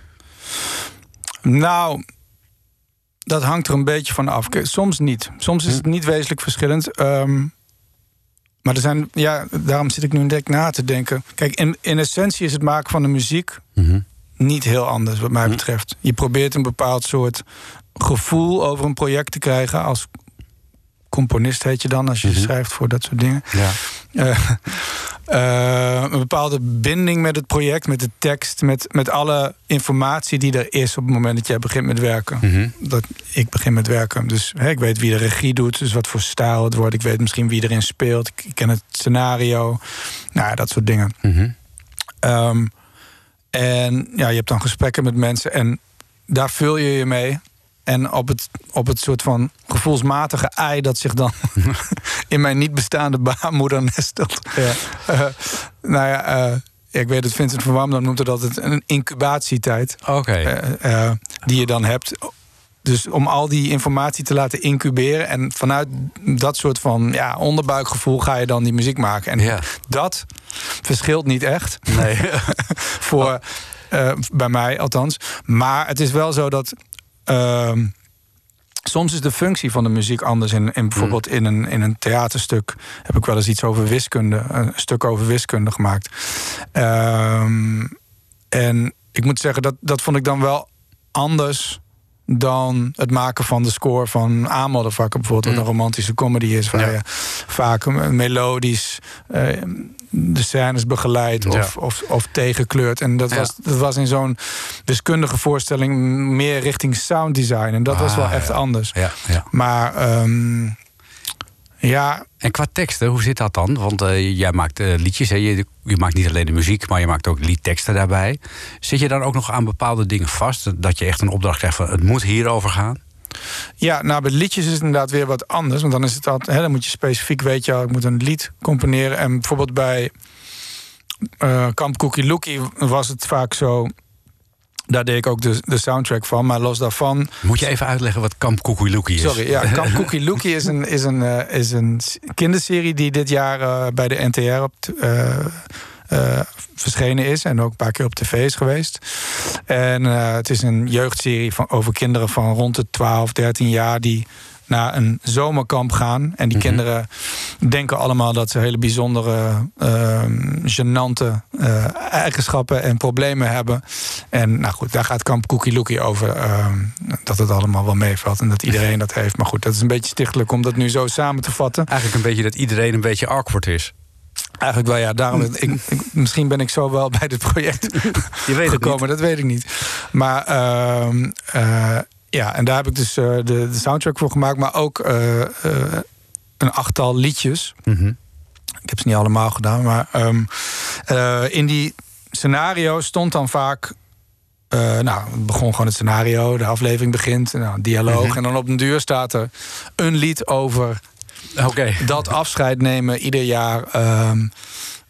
Nou, dat hangt er een beetje van af. Soms niet. Soms is het niet wezenlijk verschillend. Um, maar er zijn, ja, daarom zit ik nu direct na te denken. Kijk, in, in essentie is het maken van de muziek mm-hmm. niet heel anders, wat mij mm-hmm. betreft. Je probeert een bepaald soort gevoel over een project te krijgen. Als componist heet je dan, als je mm-hmm. schrijft voor dat soort dingen. Ja. Uh, uh, een bepaalde binding met het project, met de tekst, met, met alle informatie die er is op het moment dat jij begint met werken. Mm-hmm. Dat ik begin met werken. Dus hè, ik weet wie de regie doet, dus wat voor stijl het wordt. Ik weet misschien wie erin speelt. Ik, ik ken het scenario. Nou, dat soort dingen. Mm-hmm. Um, en ja, je hebt dan gesprekken met mensen en daar vul je je mee. En op het, op het soort van gevoelsmatige ei dat zich dan in mijn niet bestaande baarmoeder nestelt. Ja. Uh, nou ja, uh, ik weet het, Vincent van Wam dan noemt het altijd een incubatietijd. Oké. Okay. Uh, uh, die je dan hebt. Dus om al die informatie te laten incuberen. En vanuit dat soort van ja, onderbuikgevoel ga je dan die muziek maken. En ja. dat verschilt niet echt. Nee. Voor, uh, bij mij althans. Maar het is wel zo dat Uh, soms is de functie van de muziek anders. In, in bijvoorbeeld in een, in een theaterstuk heb ik wel eens iets over wiskunde, een stuk over wiskunde gemaakt. Uh, en ik moet zeggen, dat, dat vond ik dan wel anders dan het maken van de score van A Motherfucker bijvoorbeeld, wat een romantische comedy is, waar ja. je vaak melodisch uh, de scènes begeleidt of, ja. of, of tegenkleurt. En dat, ja. was, dat was in zo'n wiskundige voorstelling meer richting sound design. En dat ah, was wel echt ja. anders. Ja, ja. Maar um, ja. En qua teksten, hoe zit dat dan? Want uh, jij maakt uh, liedjes, hè? Je, je maakt niet alleen de muziek, maar je maakt ook liedteksten daarbij. Zit je dan ook nog aan bepaalde dingen vast? Dat je echt een opdracht krijgt van het moet hierover gaan? Ja, nou, bij liedjes is het inderdaad weer wat anders. Want dan is het altijd, hè, dan moet je specifiek, weet je, ik moet een lied componeren. En bijvoorbeeld bij uh, Kamp Cookie Lookie was het vaak zo. Daar deed ik ook de, de soundtrack van, maar los daarvan. Moet je even uitleggen wat Kamp Cookie Lookie is? Sorry, ja, Kamp Cookie Lookie is een, is, een, uh, is een kinderserie die dit jaar uh, bij de N T R op t, uh, uh, verschenen is. En ook een paar keer op tv is geweest. En uh, het is een jeugdserie van, over kinderen van rond de twaalf, dertien jaar die naar een zomerkamp gaan. En die mm-hmm. kinderen denken allemaal dat ze hele bijzondere, uh, gênante uh, eigenschappen en problemen hebben. En nou goed, daar gaat Kamp Cookie Lookie over. Uh, dat het allemaal wel meevalt en dat iedereen dat heeft. Maar goed, dat is een beetje stichtelijk om dat nu zo samen te vatten. Eigenlijk een beetje dat iedereen een beetje awkward is. Eigenlijk wel, ja. Daarom, ik, ik, misschien ben ik zo wel bij dit project Je weet gekomen, het dat weet ik niet. Maar uh, uh, ja, en daar heb ik dus uh, de, de soundtrack voor gemaakt, maar ook uh, uh, een achttal liedjes. Mm-hmm. Ik heb ze niet allemaal gedaan, maar um, uh, in die scenario stond dan vaak. Uh, nou, het begon gewoon het scenario, de aflevering begint, nou, een dialoog. Mm-hmm. En dan op een duur staat er een lied over okay. dat afscheid nemen ieder jaar. Um,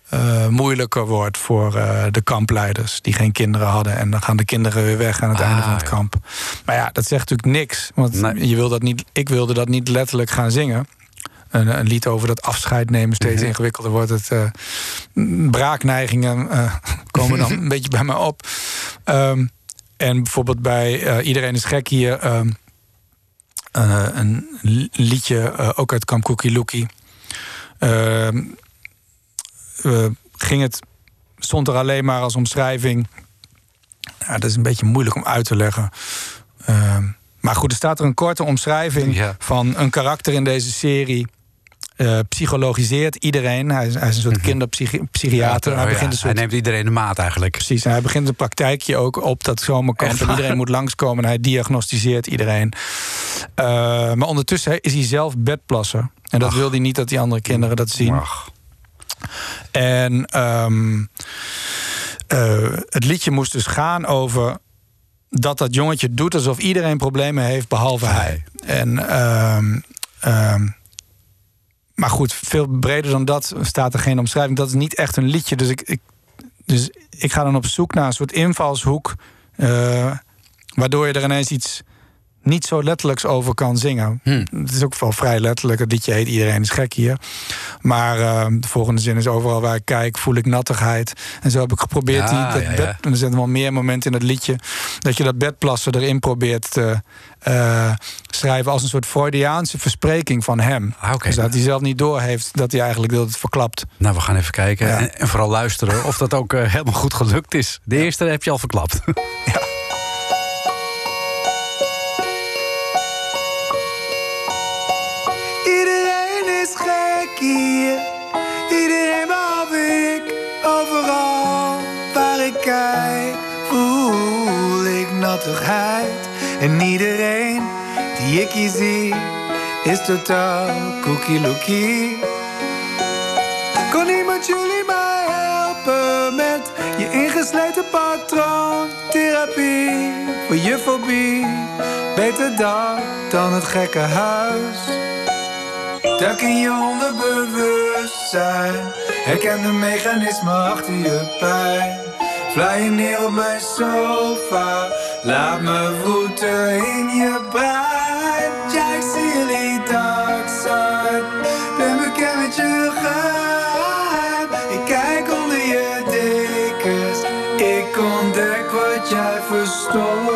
uh, moeilijker wordt voor uh, de kampleiders die geen kinderen hadden. En dan gaan de kinderen weer weg aan het ah, einde van het ja. kamp. Maar ja, dat zegt natuurlijk niks. Want nee. je wil dat niet, ik wilde dat niet letterlijk gaan zingen. Een, een lied over dat afscheid nemen steeds mm-hmm. ingewikkelder wordt. Het, uh, braakneigingen uh, komen dan een beetje bij me op. Um, en bijvoorbeeld bij uh, Iedereen is gek hier... Um, uh, een liedje, uh, ook uit Kamp Cookie Lookie. Uh, uh, ging het, stond er alleen maar als omschrijving. Ja, dat is een beetje moeilijk om uit te leggen. Uh, maar goed, er staat er een korte omschrijving ja. van een karakter in deze serie. Uh, psychologiseert iedereen. Hij is, hij is een soort mm-hmm. kinderpsychiater. Ja, hij, begint ja. een soort... hij neemt iedereen de maat eigenlijk. Precies, en hij begint een praktijkje ook op dat zomerkamp. En iedereen moet langskomen en hij diagnosticeert iedereen. Uh, maar ondertussen is hij zelf bedplasser. En dat Ach. wil hij niet dat die andere kinderen dat zien. Ach. En um, uh, het liedje moest dus gaan over dat dat jongetje doet alsof iedereen problemen heeft behalve hij. En um, um, maar goed, veel breder dan dat staat er geen omschrijving. Dat is niet echt een liedje. Dus ik, ik, dus ik ga dan op zoek naar een soort invalshoek. Uh, waardoor je er ineens iets niet zo letterlijks over kan zingen. Hmm. Het is ook wel vrij letterlijk. Het liedje heet Iedereen is gek hier. Maar uh, de volgende zin is overal waar ik kijk voel ik nattigheid. En zo heb ik geprobeerd ja, die, dat ja, bed, ja. er zijn wel meer momenten in het liedje dat je dat bedplassen erin probeert te uh, schrijven als een soort Freudiaanse verspreking van hem. Ah, okay. Dus dat hij zelf niet doorheeft dat hij eigenlijk wil het verklapt. Nou, we gaan even kijken ja. en, en vooral luisteren of dat ook uh, helemaal goed gelukt is. De ja. eerste heb je al verklapt. Ja. Hier, iedereen behalve ik, overal waar ik kijk, voel ik nattigheid. En iedereen die ik hier zie, is totaal cookie lookie. Kon iemand jullie mij helpen met je ingesleten patroon? Therapie voor je fobie, beter dat dan het gekke huis. Duik in je onderbewustzijn, herken de mechanismen achter je pijn. Vlieg je neer op mijn sofa, laat mijn voeten in je brein. Ja, ik zie jullie dark side, ben bekend met je geheim. Ik kijk onder je dekens, ik ontdek wat jij verstopt.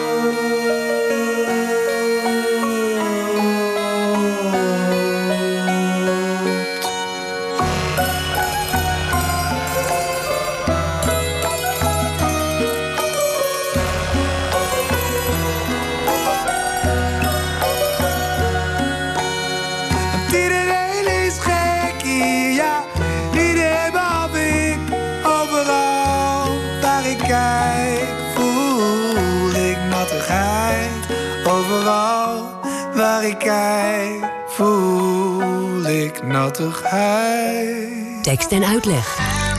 Ik kijk, voel ik nattigheid. Tekst en uitleg.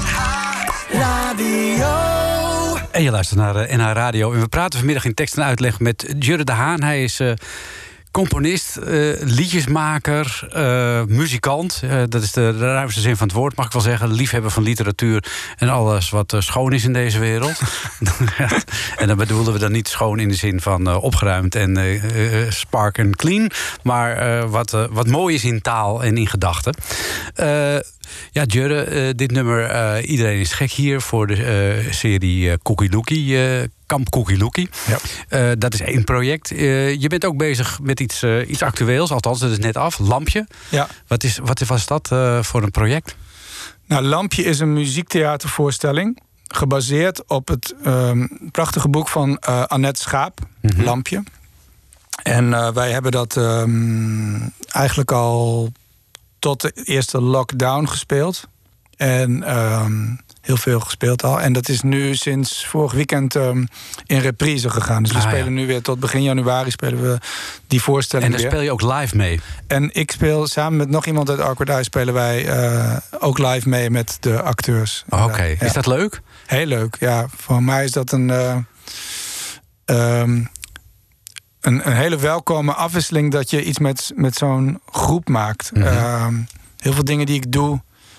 Radio. En je luistert naar uh, N H Radio. En we praten vanmiddag in tekst en uitleg met Jurre de Haan. Hij is uh, componist, uh, liedjesmaker, uh, muzikant. Uh, dat is de, de ruimste zin van het woord, mag ik wel zeggen. Liefhebber van literatuur en alles wat uh, schoon is in deze wereld. En dan bedoelen we dan niet schoon in de zin van uh, opgeruimd en uh, uh, spark en clean. Maar uh, wat, uh, wat mooi is in taal en in gedachten. Uh, ja, Jurre, uh, dit nummer uh, Iedereen is gek hier voor de uh, serie uh, Cookie Lookie. Uh, Kamp Cookie Lookie. Ja. Uh, dat is één project. Uh, je bent ook bezig met iets, uh, iets actueels, althans, dat is net af. Lampje. Ja. Wat, is, wat was dat uh, voor een project? Nou, Lampje is een muziektheatervoorstelling gebaseerd op het um, prachtige boek van uh, Annette Schaap, mm-hmm. Lampje. En uh, wij hebben dat um, eigenlijk al tot de eerste lockdown gespeeld. En um, heel veel gespeeld al. En dat is nu sinds vorig weekend um, in reprise gegaan. Dus we ah, spelen ja. nu weer tot begin januari spelen we die voorstelling weer. En daar speel je ook live mee? En ik speel samen met nog iemand uit Awkward Eye spelen wij uh, ook live mee met de acteurs. Oh, Oké, okay. uh, ja. Is dat leuk? Heel leuk, ja. Voor mij is dat een... Uh, um, Een, een hele welkome afwisseling dat je iets met, met zo'n groep maakt. Mm-hmm. Uh, heel veel dingen die ik doe,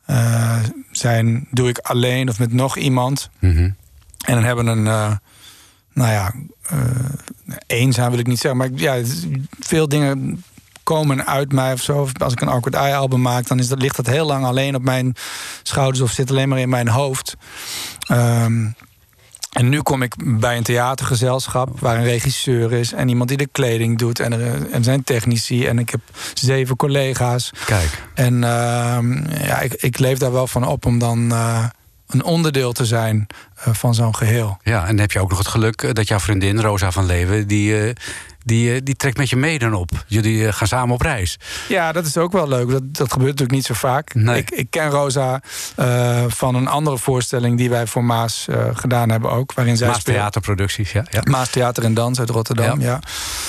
uh, zijn, doe ik alleen of met nog iemand. Mm-hmm. En dan hebben we een, uh, nou ja, uh, eenzaam wil ik niet zeggen, maar ja, veel dingen komen uit mij of zo. Als ik een Awkward Eye-album maak, dan is dat, ligt dat heel lang alleen op mijn schouders of zit alleen maar in mijn hoofd. Um, en nu kom ik bij een theatergezelschap waar een regisseur is en iemand die de kleding doet en er, er zijn technici en ik heb zeven collega's. Kijk. En uh, ja, ik, ik leef daar wel van op om dan uh, een onderdeel te zijn uh, van zo'n geheel. Ja, en dan heb je ook nog het geluk dat jouw vriendin Rosa van Leeuwen, die, uh, die, uh, die trekt met je mee dan op. Jullie uh, gaan samen op reis. Ja, dat is ook wel leuk. Dat, dat gebeurt natuurlijk niet zo vaak. Nee. Ik, ik ken Rosa uh, van een andere voorstelling die wij voor Maas uh, gedaan hebben ook. Waarin zij Maas Theaterproducties, ja, ja. Maas Theater en Dans uit Rotterdam, ja. ja.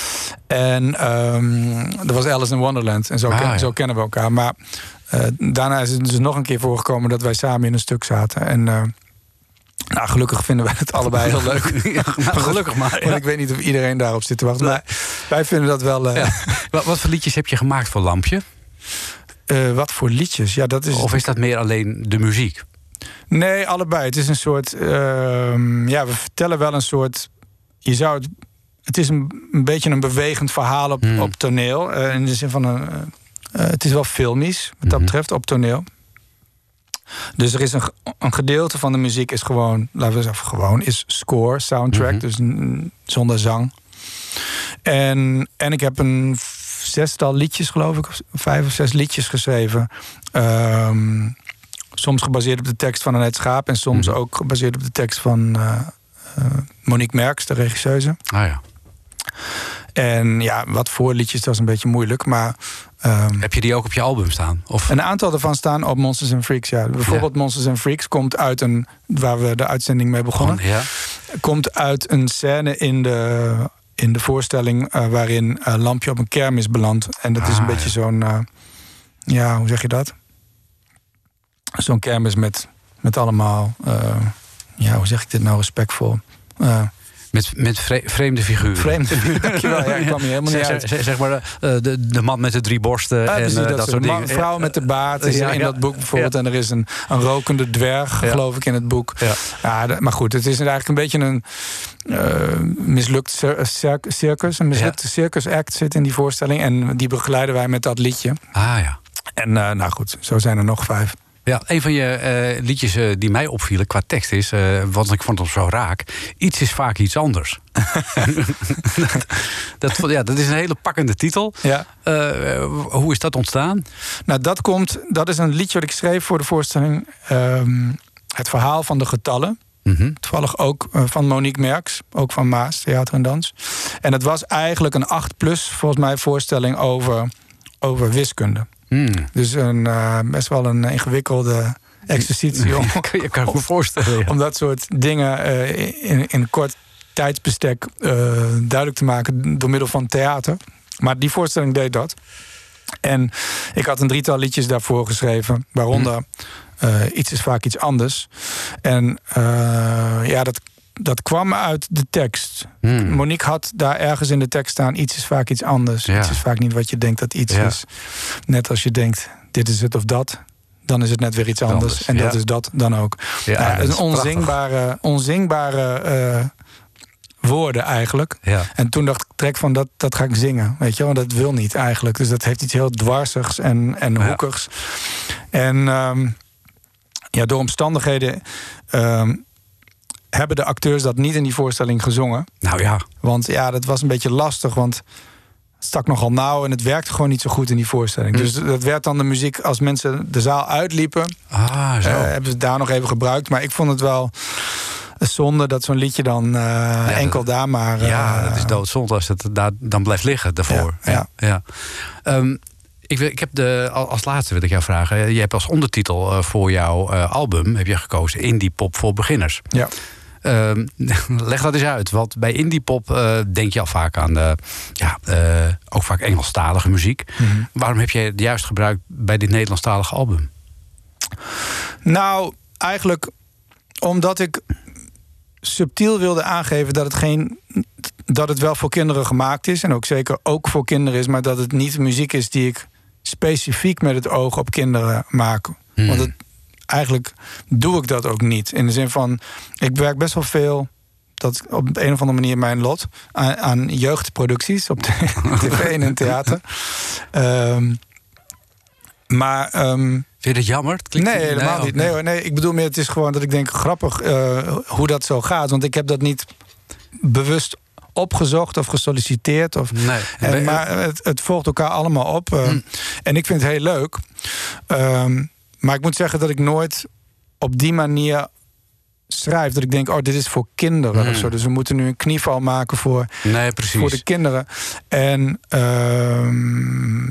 En um, dat was Alice in Wonderland. En zo, ah, ken, ja. zo kennen we elkaar. Maar uh, daarna is het dus nog een keer voorgekomen dat wij samen in een stuk zaten. En uh, nou, gelukkig vinden wij het allebei heel leuk. Ja, nou, gelukkig maar. Ja. Want ik weet niet of iedereen daarop zit te wachten. Maar wij vinden dat wel... Uh, ja. wat, wat voor liedjes heb je gemaakt voor Lampje? Uh, wat voor liedjes? Ja, dat is... Of is dat meer alleen de muziek? Nee, allebei. Het is een soort... Uh, ja, we vertellen wel een soort... Je zou het... Het is een, een beetje een bewegend verhaal op, hmm. op toneel. Uh, in de zin van... een. Uh, uh, het is wel filmisch, wat dat betreft, op toneel. Dus er is een, een gedeelte van de muziek is gewoon... Laten we zeggen, gewoon, is score, soundtrack. Mm-hmm. Dus n- zonder zang. En, en ik heb een zestal liedjes, geloof ik. Vijf of zes liedjes geschreven. Um, soms gebaseerd op de tekst van Annette Schaap. En soms mm-hmm. ook gebaseerd op de tekst van uh, uh, Monique Merks, de regisseuse. Ah ja. En ja, wat voor liedjes, dat is een beetje moeilijk. Maar um, heb je die ook op je album staan? Of? Een aantal ervan staan op Monsters and Freaks, ja. Bijvoorbeeld ja. Monsters and Freaks komt uit een... waar we de uitzending mee begonnen. Ja. Komt uit een scène in de, in de voorstelling... Uh, waarin uh, Lampje op een kermis belandt. En dat ah, is een beetje ja. zo'n... Uh, ja, hoe zeg je dat? Zo'n kermis met, met allemaal... Uh, ja, hoe zeg ik dit nou respectvol? Uh, Met, met vre- vreemde figuren. Vreemde figuren, dankjewel. Ja, ik kwam hier helemaal niet zeg, uit. Zeg, zeg maar de, de, de man met de drie borsten ja, en precies, uh, dat, dat soort dingen. Een vrouw met de baard is ja, in ja. dat boek bijvoorbeeld. Ja. En er is een, een rokende dwerg, ja. geloof ik, in het boek. Ja. Ja, de, maar goed, het is eigenlijk een beetje een uh, mislukt cir- circus. Een mislukte ja. circus act zit in die voorstelling. En die begeleiden wij met dat liedje. Ah ja. En uh, nou goed, zo zijn er nog vijf. Ja, een van je uh, liedjes uh, die mij opvielen qua tekst is... Uh, want ik vond het zo raak... Iets is vaak iets anders. dat, dat, ja, dat is een hele pakkende titel. Ja. Uh, hoe is dat ontstaan? Nou, dat komt... Dat is een liedje wat ik schreef voor de voorstelling. Um, het verhaal van de getallen. Mm-hmm. Toevallig ook uh, van Monique Merks. Ook van Maas, Theater en Dans. En het was eigenlijk een acht plus, volgens mij, voorstelling over, over wiskunde. Hmm. Dus een, uh, best wel een ingewikkelde exercitie om, je kan me voorstellen, ja. om dat soort dingen uh, in, in een kort tijdsbestek uh, duidelijk te maken door middel van theater. Maar die voorstelling deed dat. En ik had een drietal liedjes daarvoor geschreven, waaronder uh, Iets is vaak iets anders. En uh, ja, dat, dat kwam uit de tekst. Hmm. Monique had daar ergens in de tekst staan... iets is vaak iets anders. Ja. Iets is vaak niet wat je denkt dat iets ja. is. Net als je denkt, dit is het of dat... dan is het net weer iets anders. anders en dat ja. is dat dan ook. Ja, nou, het is een onzingbare, onzingbare uh, woorden eigenlijk. Ja. En toen dacht ik, trek van dat, dat ga ik zingen. Weet je, want dat wil niet eigenlijk. Dus dat heeft iets heel dwarsigs en, en ja. hoekigs. En um, ja, door omstandigheden... Um, hebben de acteurs dat niet in die voorstelling gezongen. Nou ja. Want ja, dat was een beetje lastig, want het stak nogal nauw... en het werkte gewoon niet zo goed in die voorstelling. Hm. Dus dat werd dan de muziek, als mensen de zaal uitliepen... Ah, zo. Uh, hebben ze het daar nog even gebruikt. Maar ik vond het wel zonde dat zo'n liedje dan uh, ja, enkel dat, daar maar... Uh, ja, dat is doodzonde als het daar dan blijft liggen daarvoor. Ja, ja. ja. ja. Um, Ik, ik heb de, als laatste wil ik jou vragen. Je hebt als ondertitel uh, voor jouw uh, album heb je gekozen Indie Pop voor beginners. Ja. Uh, leg dat eens uit. Want bij indie pop uh, denk je al vaak aan de, ja, uh, ook vaak Engelstalige muziek. Mm-hmm. Waarom heb je het juist gebruikt bij dit Nederlandstalige album? Nou, eigenlijk omdat ik subtiel wilde aangeven dat het geen... dat het wel voor kinderen gemaakt is. En ook zeker ook voor kinderen is. Maar dat het niet muziek is die ik specifiek met het oog op kinderen maak. Hmm. Want het, eigenlijk doe ik dat ook niet. In de zin van, ik werk best wel veel, dat op de een of andere manier mijn lot, aan, aan jeugdproducties op tv en in theater. Um, maar... Um, Vind je dat jammer? Het klinkt nee, helemaal nee, niet. Nee, hoor, nee, ik bedoel meer, het is gewoon dat ik denk, grappig uh, hoe dat zo gaat. Want ik heb dat niet bewust opgezocht of gesolliciteerd. Of, nee. en, maar het, het volgt elkaar allemaal op. Uh, mm. En ik vind het heel leuk. Um, maar ik moet zeggen dat ik nooit op die manier schrijf. Dat ik denk, oh, dit is voor kinderen. Mm. Of zo. Dus we moeten nu een knieval maken voor, nee, precies. voor de kinderen. En... Um,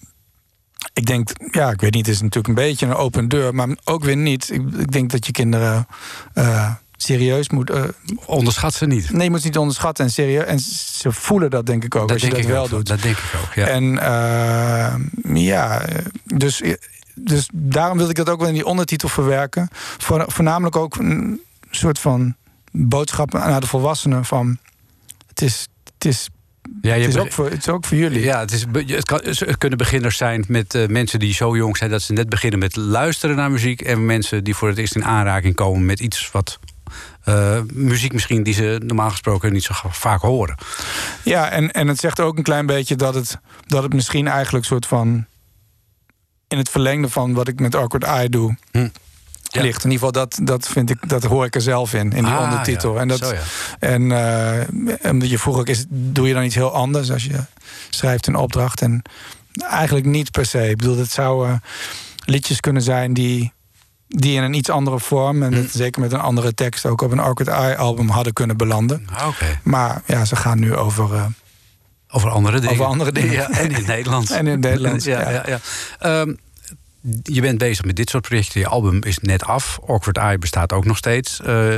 ik denk, ja, ik weet niet, het is natuurlijk een beetje een open deur, maar ook weer niet. Ik, ik denk dat je kinderen uh, serieus moet... Uh, Onderschat ze niet. Nee, je moet ze niet onderschatten en serieus. En ze voelen dat, denk ik ook, dat als je dat wel ook, doet. Dat denk ik ook, ja. En uh, ja, dus, dus daarom wilde ik dat ook wel in die ondertitel verwerken. Voor, voornamelijk ook een soort van boodschap naar de volwassenen van... Het is... Het is Ja, het, is ook voor, het is ook voor jullie. Ja, het, is, het, kan, het kunnen beginners zijn met uh, mensen die zo jong zijn dat ze net beginnen met luisteren naar muziek. En mensen die voor het eerst in aanraking komen met iets wat uh, muziek misschien die ze normaal gesproken niet zo vaak horen. Ja, en, en het zegt ook een klein beetje dat het, dat het misschien eigenlijk soort van in het verlengde van wat ik met Awkward Eye doe. Hm. Ja. Ligt. In ieder geval, dat, dat vind ik, dat hoor ik er zelf in, in die ah, ondertitel. Ja. En, dat, Zo, ja. en uh, omdat je vroeg ook is, doe je dan iets heel anders als je schrijft een opdracht? En eigenlijk niet per se. Ik bedoel, het zou uh, liedjes kunnen zijn die, die in een iets andere vorm, en mm. zeker met een andere tekst, ook op een Awkward Eye album hadden kunnen belanden. Okay. Maar ja, ze gaan nu over... Uh, over andere dingen. Over andere dingen. Ja, en in het Nederlands. en in het Nederlands, ja. ja, ja, ja. Um, Je bent bezig met dit soort projecten. Je album is net af. Awkward Eye bestaat ook nog steeds. Uh, uh,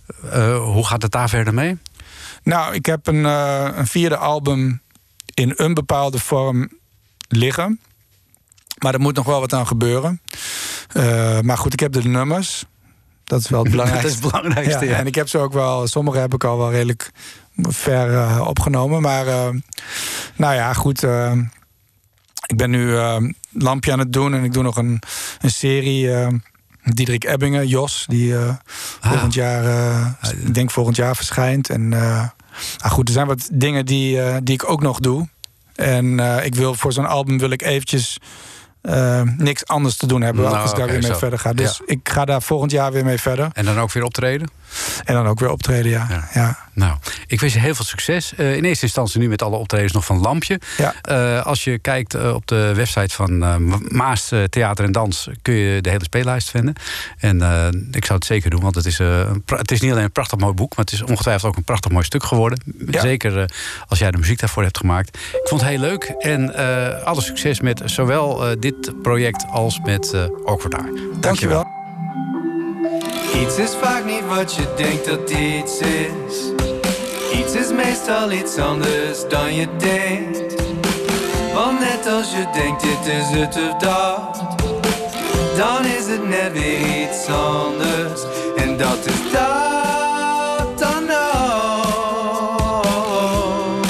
hoe gaat het daar verder mee? Nou, ik heb een, uh, een vierde album in een bepaalde vorm liggen. Maar er moet nog wel wat aan gebeuren. Uh, maar goed, ik heb de nummers. Dat is wel het belangrijkste. Dat is het belangrijkste, ja, ja. En ik heb ze ook wel... Sommige heb ik al wel redelijk ver uh, opgenomen. Maar uh, nou ja, goed... Uh, Ik ben nu uh, Lampje aan het doen en ik doe nog een, een serie. Uh, Diederik Ebbingen, Jos, die uh, ah. volgend jaar, uh, ik denk volgend jaar verschijnt. En uh, nou goed, er zijn wat dingen die, uh, die ik ook nog doe. En uh, ik wil voor zo'n album wil ik eventjes uh, niks anders te doen hebben nou, als ik daar okay, weer mee zo. verder ga. Dus ja. ik ga daar volgend jaar weer mee verder. En dan ook weer optreden? En dan ook weer optreden, ja. ja. ja. Nou, ik wens je heel veel succes. Uh, in eerste instantie nu met alle optredens nog van Lampje. Ja. Uh, als je kijkt uh, op de website van uh, Maas uh, Theater en Dans... kun je de hele speellijst vinden. En uh, ik zou het zeker doen, want het is, uh, het is niet alleen een prachtig mooi boek... maar het is ongetwijfeld ook een prachtig mooi stuk geworden. Ja. Zeker uh, als jij de muziek daarvoor hebt gemaakt. Ik vond het heel leuk. En uh, alle succes met zowel uh, dit project als met uh, Awkward Eye. Dank, Dank je wel. Iets is vaak niet wat je denkt dat iets is. Iets is meestal iets anders dan je denkt. Want net als je denkt dit is het of dat, dan is het net weer iets anders. En dat is dat dan ook.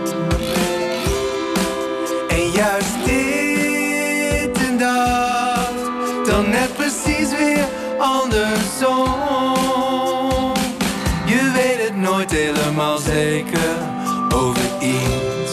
En juist dit en dat, dan net precies weer andersom. Je weet het nooit helemaal zeker over iets.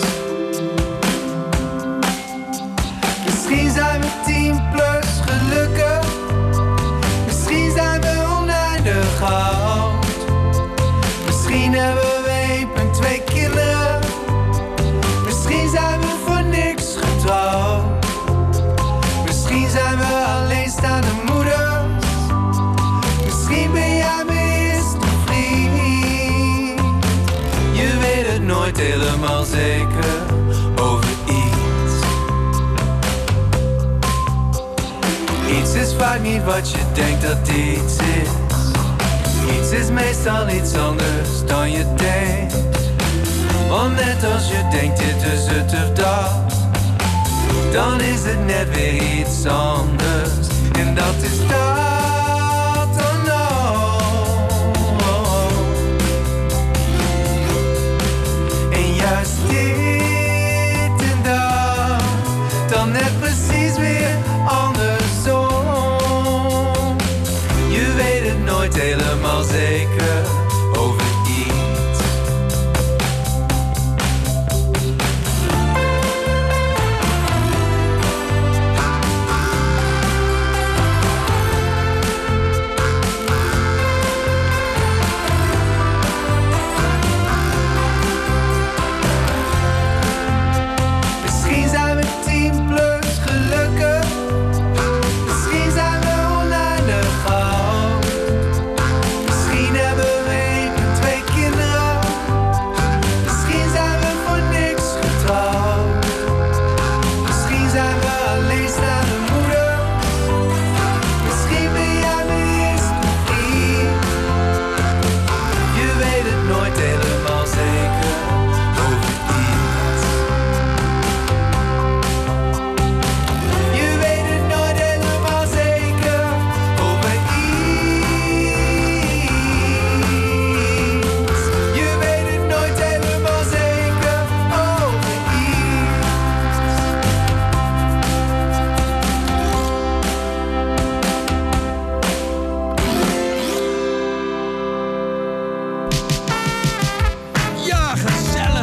Misschien zijn we tien plus gelukkig. Misschien zijn we oneindig oud. Misschien hebben we één punt twee kinderen. Misschien zijn we voor niks getrouwd. Misschien zijn we alleenstaande moeders. Misschien ben jij mijn eerste vriend. Je weet het nooit helemaal zeker over iets. Iets is vaak niet wat je denkt dat iets is. Iets is meestal iets anders dan je denkt. Want net als je denkt dit is het of dat, dan is het net weer iets anders. En dat is dat dan ook. En juist dit en dat, dan net precies weer andersom.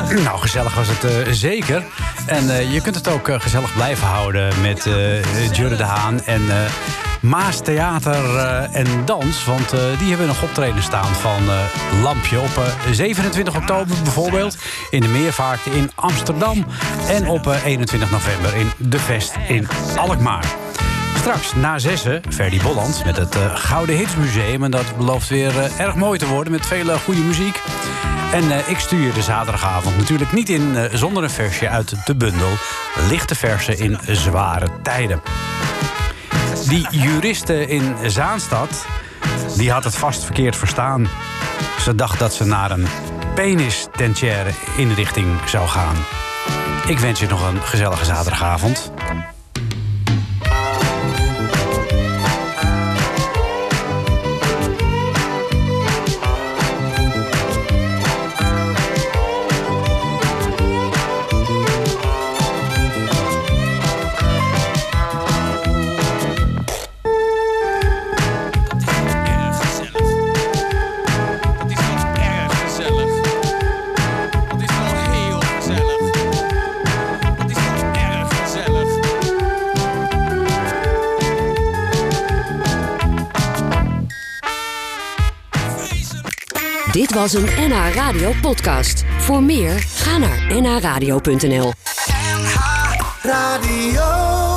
Nou, gezellig was het uh, zeker. En uh, je kunt het ook uh, gezellig blijven houden met uh, Jurre de Haan en uh, Maas Theater uh, en Dans. Want uh, die hebben nog optreden staan van uh, Lampje. Op uh, zevenentwintig oktober bijvoorbeeld in de Meervaart in Amsterdam. En op uh, eenentwintig november in De Vest in Alkmaar. Straks na zessen Ferdy Bolland met het uh, Gouden Hitsmuseum. En dat belooft weer uh, erg mooi te worden met vele goede muziek. En uh, ik stuur je de zaterdagavond natuurlijk niet in uh, zonder een versje uit de bundel Lichte Versen in Zware Tijden. Die juriste in Zaanstad, die had het vast verkeerd verstaan. Ze dacht dat ze naar een penistentiaire inrichting zou gaan. Ik wens je nog een gezellige zaterdagavond. Dit was een N H Radio podcast. Voor meer, ga naar n h radio punt n l. N H Radio.